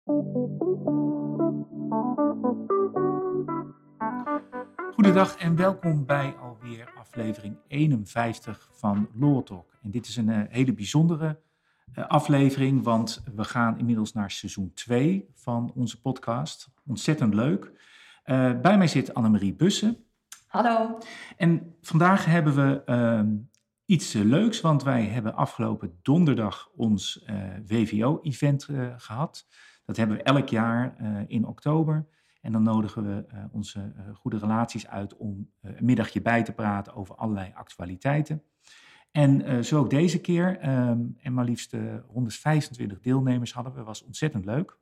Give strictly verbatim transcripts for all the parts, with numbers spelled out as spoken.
Goedendag en welkom bij alweer aflevering eenenvijftig van Law Talk. En dit is een uh, hele bijzondere uh, aflevering, want we gaan inmiddels naar seizoen twee van onze podcast. Ontzettend leuk. Uh, bij mij zit Annemarie Bussen. Hallo. En vandaag hebben we uh, iets uh, leuks, want wij hebben afgelopen donderdag ons uh, W V O-event uh, gehad. Dat hebben we elk jaar uh, in oktober. En dan nodigen we uh, onze uh, goede relaties uit om uh, een middagje bij te praten over allerlei actualiteiten. En uh, zo ook deze keer. Um, en maar liefst uh, honderdvijfentwintig deelnemers hadden we. Was ontzettend leuk.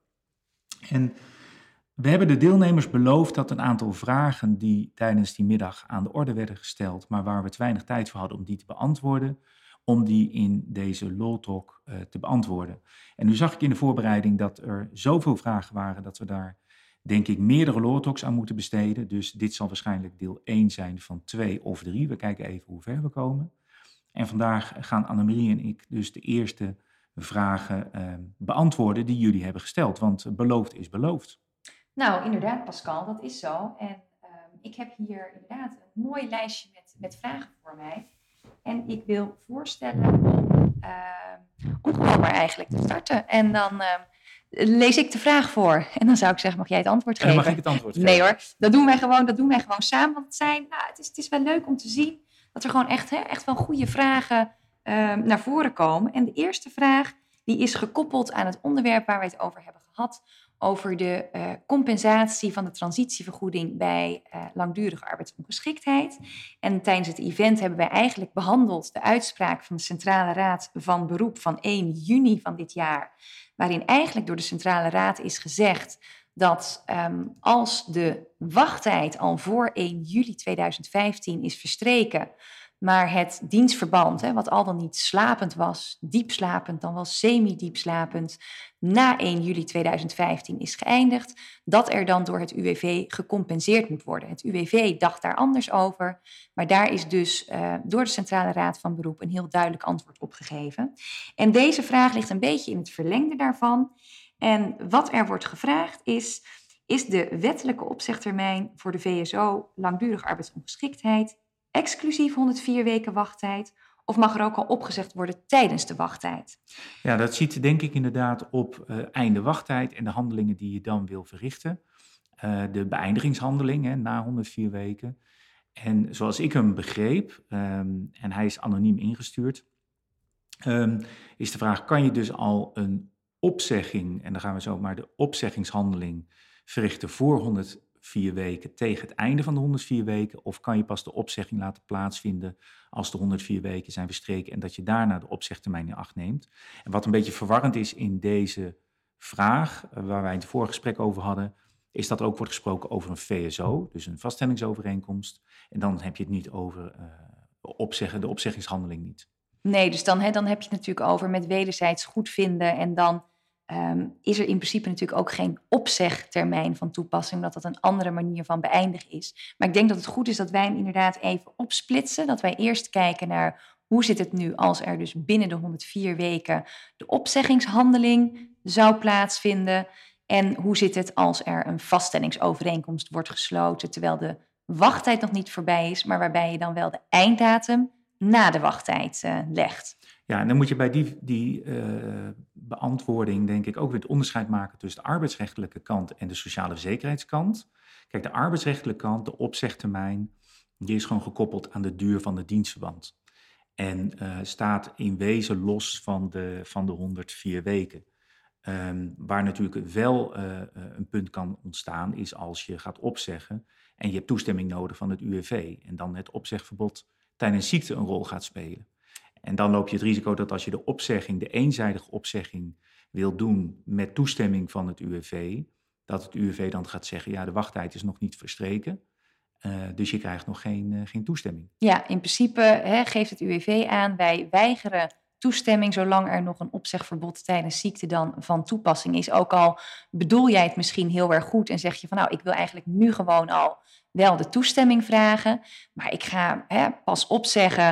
En we hebben de deelnemers beloofd dat een aantal vragen die tijdens die middag aan de orde werden gesteld, maar waar we te weinig tijd voor hadden om die te beantwoorden, om die in deze Law Talk uh, te beantwoorden. En nu zag ik in de voorbereiding dat er zoveel vragen waren dat we daar, denk ik, meerdere Law Talks aan moeten besteden. Dus dit zal waarschijnlijk deel één zijn van twee of drie. We kijken even hoe ver we komen. En vandaag gaan Annemarie en ik dus de eerste vragen uh, beantwoorden die jullie hebben gesteld. Want beloofd is beloofd. Nou, inderdaad Pascal, dat is zo. En uh, ik heb hier inderdaad een mooi lijstje met, met vragen voor mij. En ik wil voorstellen om, uh, om gewoon maar eigenlijk te starten. En dan uh, lees ik de vraag voor. En dan zou ik zeggen, mag jij het antwoord geven? En dan mag ik het antwoord geven. Nee hoor, dat doen wij gewoon, dat doen wij gewoon samen. Want het, zijn, nou, het, is, het is wel leuk om te zien dat er gewoon echt, hè, echt wel goede vragen uh, naar voren komen. En de eerste vraag die is gekoppeld aan het onderwerp waar wij het over hebben gehad, over de uh, compensatie van de transitievergoeding bij uh, langdurige arbeidsongeschiktheid. En tijdens het event hebben wij eigenlijk behandeld de uitspraak van de Centrale Raad van Beroep van één juni van dit jaar, waarin eigenlijk door de Centrale Raad is gezegd dat um, als de wachttijd al voor één juli tweeduizend vijftien is verstreken, maar het dienstverband, hè, wat al dan niet slapend was, diepslapend, dan wel semi-diepslapend, na één juli tweeduizend vijftien is geëindigd, dat er dan door het U W V gecompenseerd moet worden. Het U W V dacht daar anders over, maar daar is dus uh, door de Centrale Raad van Beroep een heel duidelijk antwoord op gegeven. En deze vraag ligt een beetje in het verlengde daarvan. En wat er wordt gevraagd is, is de wettelijke opzegtermijn voor de V S O langdurige arbeidsongeschiktheid exclusief honderdvier weken wachttijd, of mag er ook al opgezegd worden tijdens de wachttijd? Ja, dat ziet denk ik inderdaad op uh, einde wachttijd en de handelingen die je dan wil verrichten. Uh, de beëindigingshandeling hè, na honderdvier weken. En zoals ik hem begreep, um, en hij is anoniem ingestuurd, um, is de vraag, kan je dus al een opzegging, en dan gaan we zo maar de opzeggingshandeling verrichten voor honderdvier weken tegen het einde van de honderdvier weken, of kan je pas de opzegging laten plaatsvinden als de honderdvier weken zijn verstreken en dat je daarna de opzegtermijn in acht neemt. En wat een beetje verwarrend is in deze vraag, waar wij het vorige gesprek over hadden, is dat ook wordt gesproken over een V S O, dus een vaststellingsovereenkomst. En dan heb je het niet over uh, opzeggen, de opzeggingshandeling niet. Nee, dus dan, hè, dan heb je het natuurlijk over met wederzijds goedvinden en dan Um, is er in principe natuurlijk ook geen opzegtermijn van toepassing, omdat dat een andere manier van beëindigen is. Maar ik denk dat het goed is dat wij hem inderdaad even opsplitsen. Dat wij eerst kijken naar hoe zit het nu als er dus binnen de honderdvier weken de opzeggingshandeling zou plaatsvinden. En hoe zit het als er een vaststellingsovereenkomst wordt gesloten, terwijl de wachttijd nog niet voorbij is, maar waarbij je dan wel de einddatum na de wachttijd uh, legt. Ja, en dan moet je bij die, die uh, beantwoording denk ik ook weer het onderscheid maken tussen de arbeidsrechtelijke kant en de sociale verzekerheidskant. Kijk, de arbeidsrechtelijke kant, de opzegtermijn, die is gewoon gekoppeld aan de duur van het dienstverband. En uh, staat in wezen los van de, van de honderdvier weken. Um, waar natuurlijk wel uh, een punt kan ontstaan is als je gaat opzeggen en je hebt toestemming nodig van het U W V. En dan het opzegverbod tijdens ziekte een rol gaat spelen. En dan loop je het risico dat als je de opzegging, de eenzijdige opzegging wil doen met toestemming van het U W V, dat het U W V dan gaat zeggen, ja, de wachttijd is nog niet verstreken, uh, dus je krijgt nog geen, uh, geen toestemming. Ja, in principe hè, geeft het U W V aan, wij weigeren toestemming zolang er nog een opzegverbod tijdens ziekte dan van toepassing is. Ook al bedoel jij het misschien heel erg goed en zeg je van nou, ik wil eigenlijk nu gewoon al wel de toestemming vragen, maar ik ga hè, pas opzeggen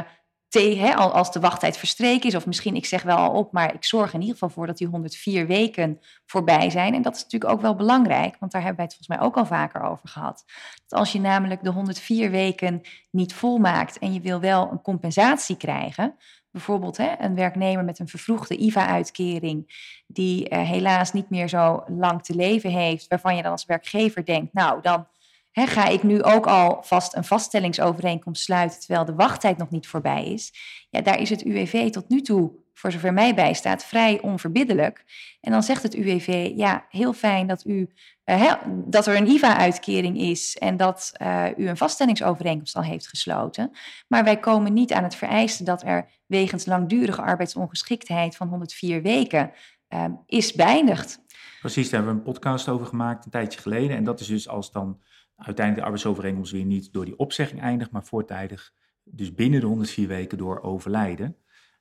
te, hè, als de wachttijd verstreken is, of misschien ik zeg wel al op, maar ik zorg in ieder geval voor dat die honderdvier weken voorbij zijn. En dat is natuurlijk ook wel belangrijk, want daar hebben wij het volgens mij ook al vaker over gehad. Dat als je namelijk de honderdvier weken niet volmaakt en je wil wel een compensatie krijgen, bijvoorbeeld hè, een werknemer met een vervroegde I V A-uitkering die uh, helaas niet meer zo lang te leven heeft, waarvan je dan als werkgever denkt, nou dan He, ga ik nu ook al vast een vaststellingsovereenkomst sluiten terwijl de wachttijd nog niet voorbij is? Ja, daar is het U W V tot nu toe, voor zover mij bijstaat, vrij onverbiddelijk. En dan zegt het U W V, ja, heel fijn dat, u, uh, he, dat er een I V A-uitkering is en dat uh, u een vaststellingsovereenkomst al heeft gesloten. Maar wij komen niet aan het vereisten dat er wegens langdurige arbeidsongeschiktheid van honderdvier weken uh, is beëindigd. Precies, daar hebben we een podcast over gemaakt een tijdje geleden. En dat is dus als dan uiteindelijk de arbeidsovereenkomst weer niet door die opzegging eindigt, maar voortijdig, dus binnen de honderdvier weken door overlijden.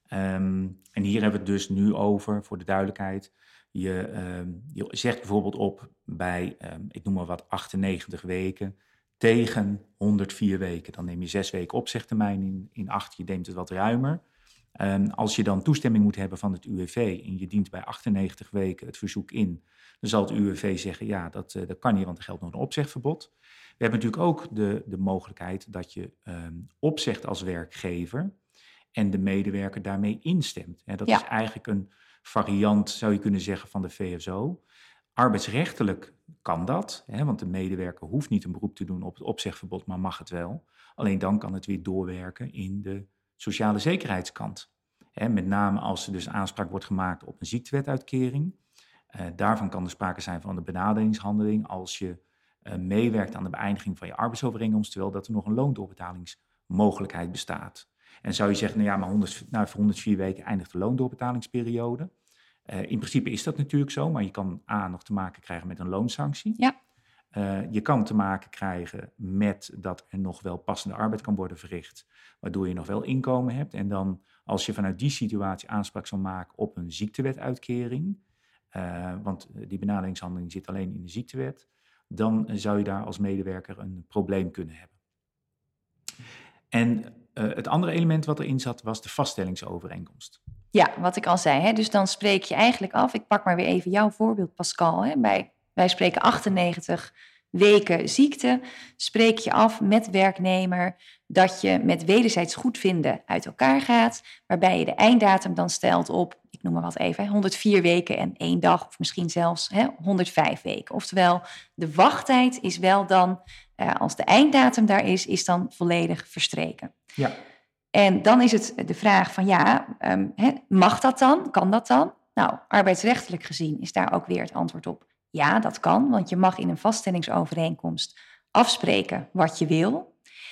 Um, en hier hebben we het dus nu over, voor de duidelijkheid. Je, um, je zegt bijvoorbeeld op bij, um, ik noem maar wat, achtennegentig weken tegen honderdvier weken. Dan neem je zes weken opzegtermijn in, in acht, je neemt het wat ruimer. Um, als je dan toestemming moet hebben van het U W V en je dient bij achtennegentig weken het verzoek in, dan zal het U W V zeggen, ja, dat, uh, dat kan niet, want er geldt nog een opzegverbod. We hebben natuurlijk ook de, de mogelijkheid dat je um, opzegt als werkgever en de medewerker daarmee instemt. He, dat ja. is eigenlijk een variant, zou je kunnen zeggen, van de V S O. Arbeidsrechtelijk kan dat, he, want de medewerker hoeft niet een beroep te doen op het opzegverbod, maar mag het wel. Alleen dan kan het weer doorwerken in de sociale zekerheidskant. He, met name als er dus aanspraak wordt gemaakt op een ziektewetuitkering. Uh, daarvan kan er sprake zijn van een benaderingshandeling als je uh, meewerkt aan de beëindiging van je arbeidsovereenkomst, terwijl dat er nog een loondoorbetalingsmogelijkheid bestaat. En zou je zeggen, nou ja, maar honderd, nou, voor honderdvier weken eindigt de loondoorbetaalingsperiode. Uh, in principe is dat natuurlijk zo, maar je kan A, nog te maken krijgen met een loonsanctie. Ja. Uh, je kan te maken krijgen met dat er nog wel passende arbeid kan worden verricht, waardoor je nog wel inkomen hebt. En dan, als je vanuit die situatie aanspraak zal maken op een ziektewetuitkering, uh, want die benaderingshandeling zit alleen in de ziektewet, dan zou je daar als medewerker een probleem kunnen hebben. En uh, het andere element wat erin zat, was de vaststellingsovereenkomst. Ja, wat ik al zei, hè? Dus dan spreek je eigenlijk af, ik pak maar weer even jouw voorbeeld, Pascal, hè? Bij Wij spreken achtennegentig weken ziekte. Spreek je af met werknemer dat je met wederzijds goedvinden uit elkaar gaat. Waarbij je de einddatum dan stelt op, ik noem maar wat even, honderdvier weken en één dag. Of misschien zelfs hè, honderdvijf weken. Oftewel, de wachttijd is wel dan, uh, als de einddatum daar is, is dan volledig verstreken. Ja. En dan is het de vraag van ja, um, hè, mag dat dan? Kan dat dan? Nou, arbeidsrechtelijk gezien is daar ook weer het antwoord op. Ja, dat kan, want je mag in een vaststellingsovereenkomst afspreken wat je wil.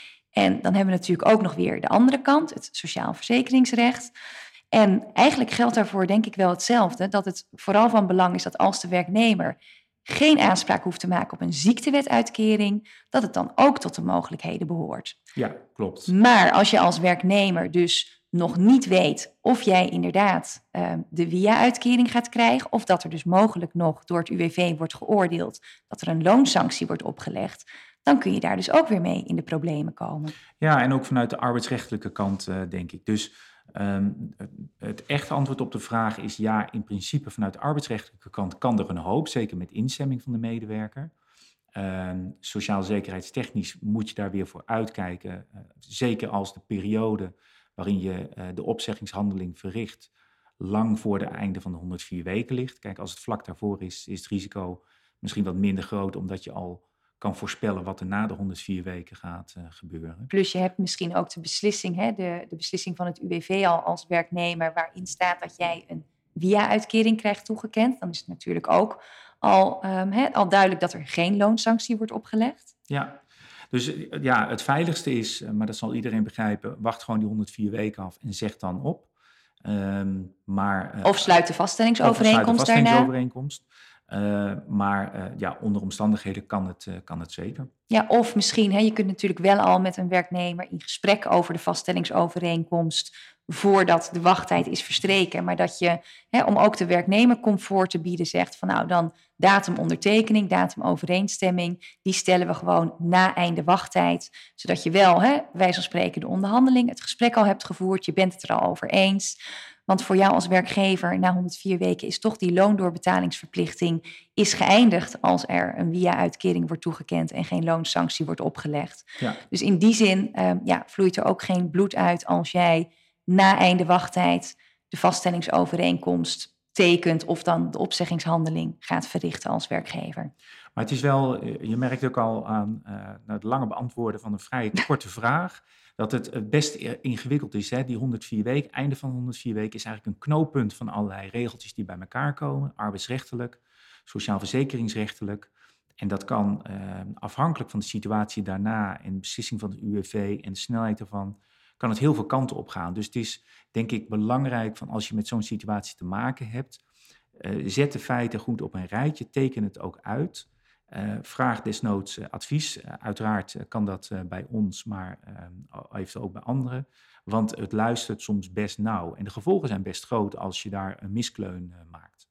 En dan hebben we natuurlijk ook nog weer de andere kant, het sociaal verzekeringsrecht. En eigenlijk geldt daarvoor denk ik wel hetzelfde, dat het vooral van belang is dat als de werknemer geen aanspraak hoeft te maken op een ziektewetuitkering, dat het dan ook tot de mogelijkheden behoort. Ja, klopt. Maar als je als werknemer dus nog niet weet of jij inderdaad uh, de W I A-uitkering gaat krijgen, of dat er dus mogelijk nog door het U W V wordt geoordeeld dat er een loonsanctie wordt opgelegd, dan kun je daar dus ook weer mee in de problemen komen. Ja, en ook vanuit de arbeidsrechtelijke kant, uh, denk ik. Dus um, het echte antwoord op de vraag is ja, in principe vanuit de arbeidsrechtelijke kant kan er een hoop, zeker met instemming van de medewerker. Uh, sociaal zekerheidstechnisch moet je daar weer voor uitkijken, uh, zeker als de periode waarin je uh, de opzeggingshandeling verricht lang voor het einde van de honderdvier weken ligt. Kijk, als het vlak daarvoor is, is het risico misschien wat minder groot, omdat je al kan voorspellen wat er na de honderdvier weken gaat uh, gebeuren. Plus je hebt misschien ook de beslissing, hè, de, de beslissing van het U W V al als werknemer, waarin staat dat jij een W I A-uitkering krijgt toegekend. Dan is het natuurlijk ook al, um, hè, al duidelijk dat er geen loonsanctie wordt opgelegd. Ja, dus ja, het veiligste is, maar dat zal iedereen begrijpen, wacht gewoon die honderdvier weken af en zeg dan op. Um, maar, uh, of sluit de vaststellingsovereenkomst daarna. vaststellingsovereenkomst. Uh, maar uh, ja, onder omstandigheden kan het, uh, kan het zeker. Ja, of misschien, hè, je kunt natuurlijk wel al met een werknemer in gesprek over de vaststellingsovereenkomst voordat de wachttijd is verstreken. Maar dat je, hè, om ook de werknemer comfort te bieden, zegt van nou dan datum ondertekening, datum overeenstemming, die stellen we gewoon na einde wachttijd. Zodat je wel, hè, wij van spreken de onderhandeling, het gesprek al hebt gevoerd, je bent het er al over eens. Want voor jou als werkgever na honderdvier weken is toch die loondoorbetalingsverplichting is geëindigd als er een W I A-uitkering wordt toegekend en geen loonsanctie wordt opgelegd. Ja. Dus in die zin um, ja, vloeit er ook geen bloed uit als jij na einde wachttijd de vaststellingsovereenkomst tekent of dan de opzeggingshandeling gaat verrichten als werkgever. Maar het is wel, je merkt ook al aan uh, het lange beantwoorden van een vrij korte vraag, dat het best ingewikkeld is. Hè? Die honderdvier weken, einde van honderdvier weken is eigenlijk een knooppunt van allerlei regeltjes die bij elkaar komen. Arbeidsrechtelijk, sociaal-verzekeringsrechtelijk. En dat kan uh, afhankelijk van de situatie daarna en de beslissing van het U W V en de snelheid ervan, kan het heel veel kanten op gaan. Dus het is denk ik belangrijk van als je met zo'n situatie te maken hebt, uh, zet de feiten goed op een rijtje, teken het ook uit. Uh, vraag desnoods uh, advies. Uh, uiteraard uh, kan dat uh, bij ons, maar uh, eventueel ook bij anderen. Want het luistert soms best nauw. En de gevolgen zijn best groot als je daar een miskleun uh, maakt.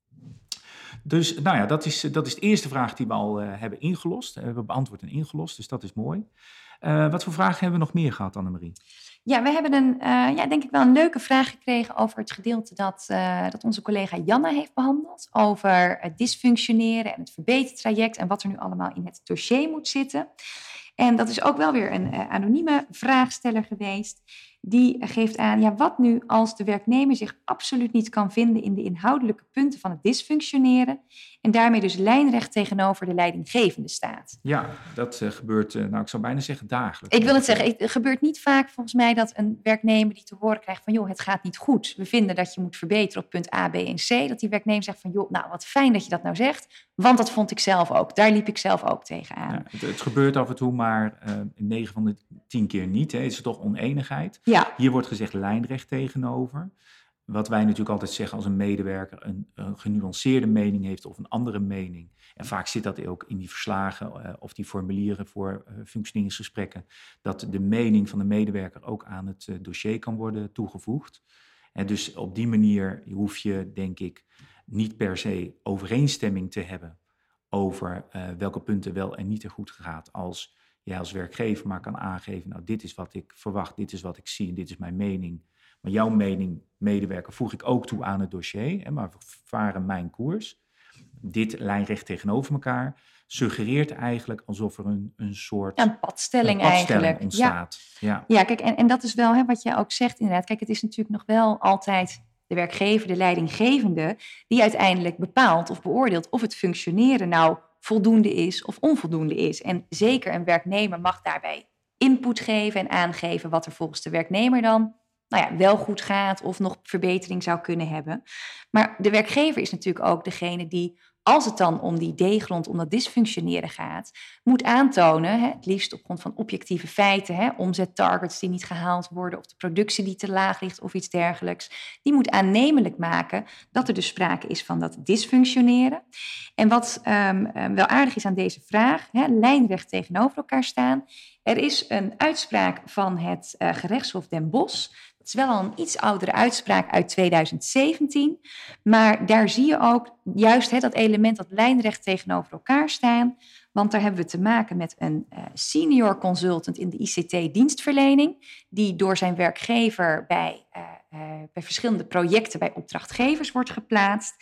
Dus nou ja, dat is, dat is de eerste vraag die we al uh, hebben ingelost. Uh, we hebben beantwoord en ingelost, dus dat is mooi. Uh, wat voor vragen hebben we nog meer gehad, Annemarie? Ja, we hebben een, uh, ja, denk ik wel een leuke vraag gekregen over het gedeelte dat, uh, dat onze collega Janna heeft behandeld. Over het dysfunctioneren en het verbetertraject en wat er nu allemaal in het dossier moet zitten. En dat is ook wel weer een uh, anonieme vraagsteller geweest. Die geeft aan, ja, wat nu als de werknemer zich absoluut niet kan vinden in de inhoudelijke punten van het dysfunctioneren en daarmee dus lijnrecht tegenover de leidinggevende staat? Ja, dat uh, gebeurt, uh, nou ik zou bijna zeggen dagelijks. Ik wil het zeggen, het gebeurt niet vaak volgens mij dat een werknemer die te horen krijgt van joh, het gaat niet goed. We vinden dat je moet verbeteren op punt A, B en C. Dat die werknemer zegt van joh, nou wat fijn dat je dat nou zegt, want dat vond ik zelf ook. Daar liep ik zelf ook tegenaan. Ja, het, het gebeurt af en toe, maar uh, negen van de tien keer niet. Hè. Het is toch oneenigheid. Ja. Hier wordt gezegd lijnrecht tegenover. Wat wij natuurlijk altijd zeggen als een medewerker een, een genuanceerde mening heeft of een andere mening. En vaak zit dat ook in die verslagen uh, of die formulieren voor uh, functioneringsgesprekken. Dat de mening van de medewerker ook aan het uh, dossier kan worden toegevoegd. En dus op die manier hoef je, denk ik, niet per se overeenstemming te hebben over uh, welke punten wel en niet er goed gaat. Als jij als werkgever maar kan aangeven, nou dit is wat ik verwacht, dit is wat ik zie en dit is mijn mening. Maar jouw mening, medewerker, voeg ik ook toe aan het dossier. Hè, maar we varen mijn koers. Dit lijnrecht tegenover elkaar suggereert eigenlijk alsof er een, een soort ja, een padstelling, een padstelling eigenlijk ontstaat. Ja, ja. ja kijk, en, en dat is wel hè, wat jij ook zegt inderdaad. Kijk, het is natuurlijk nog wel altijd de werkgever, de leidinggevende, die uiteindelijk bepaalt of beoordeelt of het functioneren nou voldoende is of onvoldoende is. En zeker een werknemer mag daarbij input geven en aangeven wat er volgens de werknemer dan nou ja, wel goed gaat of nog verbetering zou kunnen hebben. Maar de werkgever is natuurlijk ook degene die, als het dan om die D-grond, om dat dysfunctioneren gaat, moet aantonen, hè, het liefst op grond van objectieve feiten, hè, omzettargets die niet gehaald worden of de productie die te laag ligt of iets dergelijks, die moet aannemelijk maken dat er dus sprake is van dat dysfunctioneren. En wat um, um, wel aardig is aan deze vraag, hè, lijnrecht tegenover elkaar staan. Er is een uitspraak van het uh, gerechtshof Den Bosch. Het is wel al een iets oudere uitspraak uit tweeduizend zeventien. Maar daar zie je ook juist hè, dat element, dat lijnrecht tegenover elkaar staan. Want daar hebben we te maken met een uh, senior consultant in de I C T-dienstverlening. Die door zijn werkgever bij, uh, uh, bij verschillende projecten bij opdrachtgevers wordt geplaatst.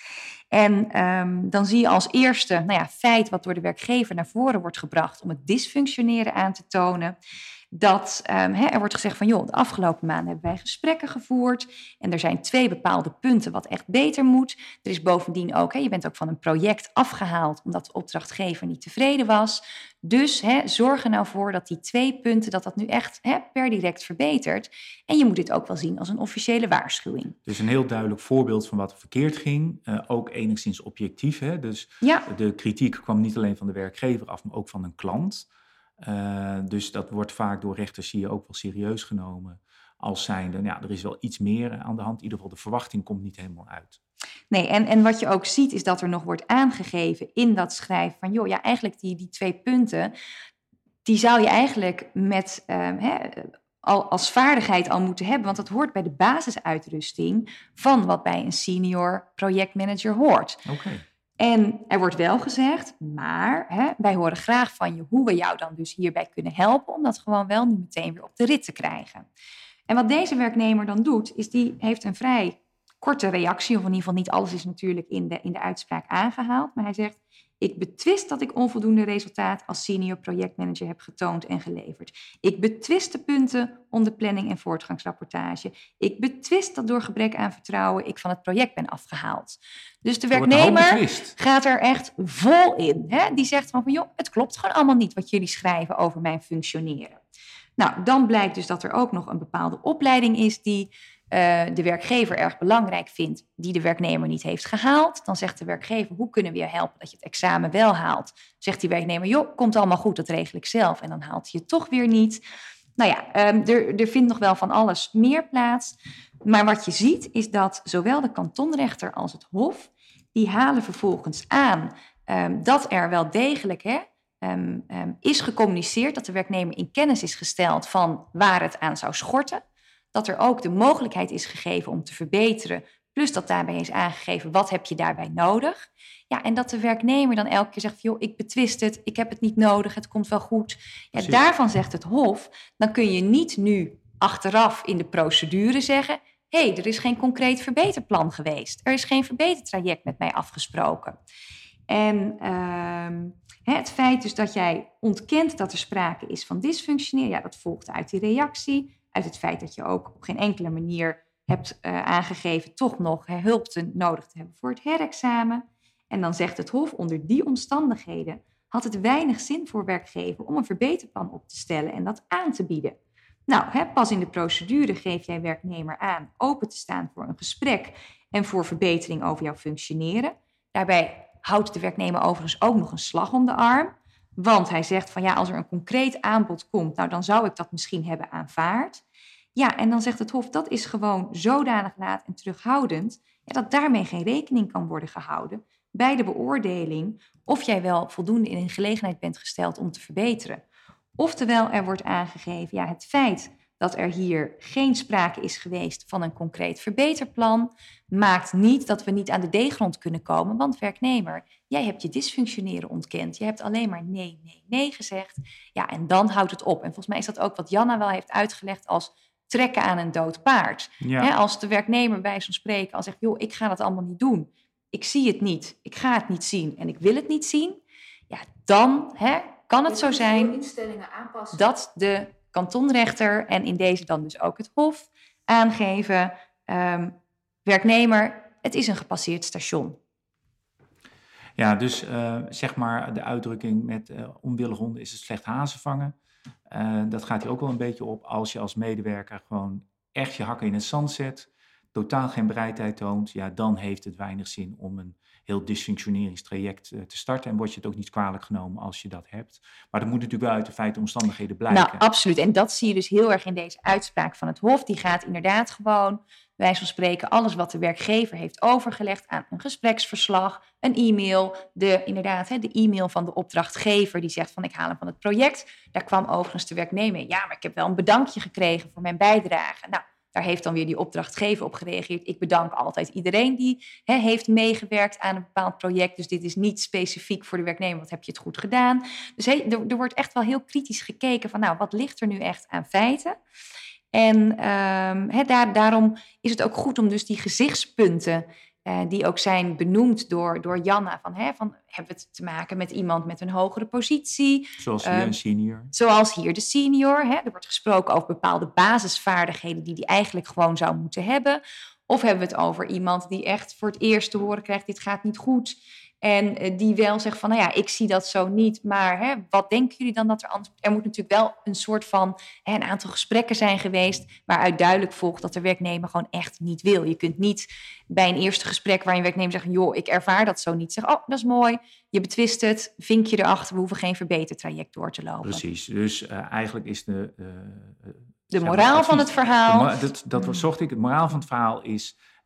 En um, dan zie je als eerste nou ja, feit wat door de werkgever naar voren wordt gebracht om het dysfunctioneren aan te tonen. Dat um, he, er wordt gezegd van joh, de afgelopen maanden hebben wij gesprekken gevoerd en er zijn twee bepaalde punten wat echt beter moet. Er is bovendien ook, he, je bent ook van een project afgehaald omdat de opdrachtgever niet tevreden was. Dus he, zorg er nou voor dat die twee punten, dat dat nu echt he, per direct verbetert. En je moet dit ook wel zien als een officiële waarschuwing. Dus een heel duidelijk voorbeeld van wat er verkeerd ging, uh, ook enigszins objectief. Hè? Dus ja. De kritiek kwam niet alleen van de werkgever af, maar ook van een klant. Uh, dus dat wordt vaak door rechters hier ook wel serieus genomen als zijnde, ja, er is wel iets meer aan de hand. In ieder geval, de verwachting komt niet helemaal uit. Nee, en, en wat je ook ziet is dat er nog wordt aangegeven in dat schrijf van, joh, ja, eigenlijk die, die twee punten, die zou je eigenlijk met, um, hè, al als vaardigheid al moeten hebben. Want dat hoort bij de basisuitrusting van wat bij een senior projectmanager hoort. Oké. Okay. En er wordt wel gezegd, maar hè, wij horen graag van je hoe we jou dan dus hierbij kunnen helpen om dat gewoon wel nu meteen weer op de rit te krijgen. En wat deze werknemer dan doet, is die heeft een vrij korte reactie, of in ieder geval niet alles is natuurlijk in de, in de uitspraak aangehaald, maar hij zegt, ik betwist dat ik onvoldoende resultaat als senior projectmanager heb getoond en geleverd. Ik betwist de punten om de planning en voortgangsrapportage. Ik betwist dat door gebrek aan vertrouwen ik van het project ben afgehaald. Dus de werknemer gaat er echt vol in. Hè? Die zegt van, joh, het klopt gewoon allemaal niet wat jullie schrijven over mijn functioneren. Nou, dan blijkt dus dat er ook nog een bepaalde opleiding is die uh, de werkgever erg belangrijk vindt, die de werknemer niet heeft gehaald. Dan zegt de werkgever, hoe kunnen we je helpen dat je het examen wel haalt? Zegt die werknemer, joh, komt allemaal goed, dat regel ik zelf. En dan haalt hij het toch weer niet. Nou ja, um, er, er vindt nog wel van alles meer plaats. Maar wat je ziet is dat zowel de kantonrechter als het Hof, die halen vervolgens aan um, dat er wel degelijk hè, um, um, is gecommuniceerd, dat de werknemer in kennis is gesteld van waar het aan zou schorten. Dat er ook de mogelijkheid is gegeven om te verbeteren, plus dat daarbij is aangegeven, wat heb je daarbij nodig? Ja, en dat de werknemer dan elke keer zegt, joh, ik betwist het, ik heb het niet nodig, het komt wel goed. Ja, daarvan zegt het Hof, dan kun je niet nu achteraf in de procedure zeggen, hé, hey, er is geen concreet verbeterplan geweest. Er is geen verbetertraject met mij afgesproken. En uh, het feit dus dat jij ontkent dat er sprake is van dysfunctioneren, ja, dat volgt uit die reactie, uit het feit dat je ook op geen enkele manier hebt uh, aangegeven toch nog hè, hulp te, nodig te hebben voor het herexamen. En dan zegt het Hof, onder die omstandigheden had het weinig zin voor werkgever om een verbeterplan op te stellen en dat aan te bieden. Nou, hè, pas in de procedure geef jij werknemer aan open te staan voor een gesprek en voor verbetering over jouw functioneren. Daarbij houdt de werknemer overigens ook nog een slag om de arm. Want hij zegt van ja, als er een concreet aanbod komt, nou dan zou ik dat misschien hebben aanvaard. Ja, en dan zegt het Hof, dat is gewoon zodanig laat en terughoudend, ja, dat daarmee geen rekening kan worden gehouden bij de beoordeling of jij wel voldoende in een gelegenheid bent gesteld om te verbeteren. Oftewel, er wordt aangegeven, ja, het feit dat er hier geen sprake is geweest van een concreet verbeterplan, maakt niet dat we niet aan de D-grond kunnen komen, want werknemer, jij hebt je dysfunctioneren ontkend. Je hebt alleen maar nee, nee, nee gezegd. Ja, en dan houdt het op. En volgens mij is dat ook wat Janna wel heeft uitgelegd als trekken aan een dood paard. Ja. He, als de werknemer bij zo'n spreken al zegt, joh, ik ga dat allemaal niet doen. Ik zie het niet, ik ga het niet zien en ik wil het niet zien. Ja, dan he, kan het zo zijn dat de kantonrechter en in deze dan dus ook het Hof aangeven, um, werknemer, het is een gepasseerd station. Ja, dus uh, zeg maar de uitdrukking met uh, onwillig honden is het slecht hazen vangen. Uh, dat gaat hier ook wel een beetje op als je als medewerker gewoon echt je hakken in het zand zet, totaal geen bereidheid toont, ja, dan heeft het weinig zin om een heel dysfunctioneringstraject uh, te starten en wordt je het ook niet kwalijk genomen als je dat hebt. Maar dat moet natuurlijk wel uit de feiten omstandigheden blijken. Nou, absoluut. En dat zie je dus heel erg in deze uitspraak van het Hof. Die gaat inderdaad gewoon, bij wijze van spreken, alles wat de werkgever heeft overgelegd aan een gespreksverslag, een e-mail, de, inderdaad, hè, de e-mail van de opdrachtgever die zegt van ik haal hem van het project. Daar kwam overigens de werknemer, ja, maar ik heb wel een bedankje gekregen voor mijn bijdrage. Nou, daar heeft dan weer die opdrachtgever op gereageerd. Ik bedank altijd iedereen die he, heeft meegewerkt aan een bepaald project. Dus dit is niet specifiek voor de werknemer. Wat heb je het goed gedaan? Dus he, er, er wordt echt wel heel kritisch gekeken van nou, wat ligt er nu echt aan feiten? En um, he, daar, daarom is het ook goed om dus die gezichtspunten Uh, die ook zijn benoemd door, door Janna. Van, hè, van, hebben we het te maken met iemand met een hogere positie? Zoals hier uh, een senior. Zoals hier de senior. Hè. Er wordt gesproken over bepaalde basisvaardigheden die hij eigenlijk gewoon zou moeten hebben. Of hebben we het over iemand die echt voor het eerst te horen krijgt, dit gaat niet goed. En uh, die wel zegt van, nou ja, ik zie dat zo niet. Maar hè, wat denken jullie dan dat er anders... Er moet natuurlijk wel een soort van, hè, een aantal gesprekken zijn geweest waaruit duidelijk volgt dat de werknemer gewoon echt niet wil. Je kunt niet bij een eerste gesprek waar je werknemer zegt, joh, ik ervaar dat zo niet. Zeg, oh, dat is mooi. Je betwist het, vinkje erachter, we hoeven geen verbetertraject door te lopen. Precies, dus uh, eigenlijk is de... Uh, de moraal van het verhaal... De, dat, dat zocht ik. Het moraal van het verhaal is,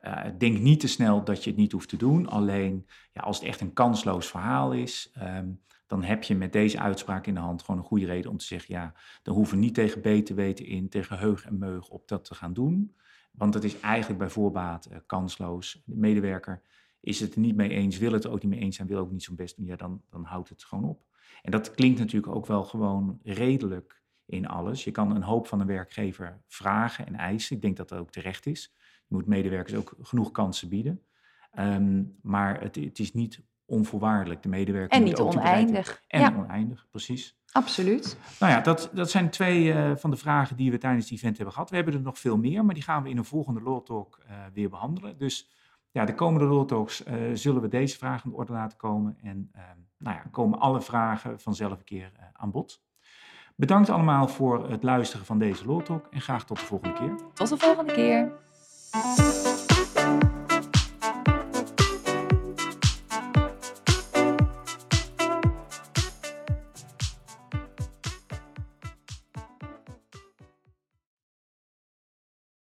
Uh, denk niet te snel dat je het niet hoeft te doen. Alleen ja, als het echt een kansloos verhaal is, um, dan heb je met deze uitspraak in de hand gewoon een goede reden om te zeggen, ja, dan hoeven we niet tegen beter weten in, tegen heug en meug op dat te gaan doen. Want het is eigenlijk bij voorbaat uh, kansloos. De medewerker is het er niet mee eens, wil het er ook niet mee eens zijn, wil ook niet zo'n best doen, ja, dan, dan houdt het gewoon op. En dat klinkt natuurlijk ook wel gewoon redelijk in alles. Je kan een hoop van een werkgever vragen en eisen. Ik denk dat dat ook terecht is. Je moet medewerkers ook genoeg kansen bieden. Um, maar het, het is niet onvoorwaardelijk. De medewerker en moet niet ook oneindig. En ja. oneindig, precies. Absoluut. Nou ja, dat, dat zijn twee uh, van de vragen die we tijdens het event hebben gehad. We hebben er nog veel meer, maar die gaan we in een volgende Law Talk uh, weer behandelen. Dus ja, de komende Law Talks uh, zullen we deze vragen aan de orde laten komen. En uh, nou ja, komen alle vragen vanzelf een keer uh, aan bod. Bedankt allemaal voor het luisteren van deze Law Talk en graag tot de volgende keer. Tot de volgende keer.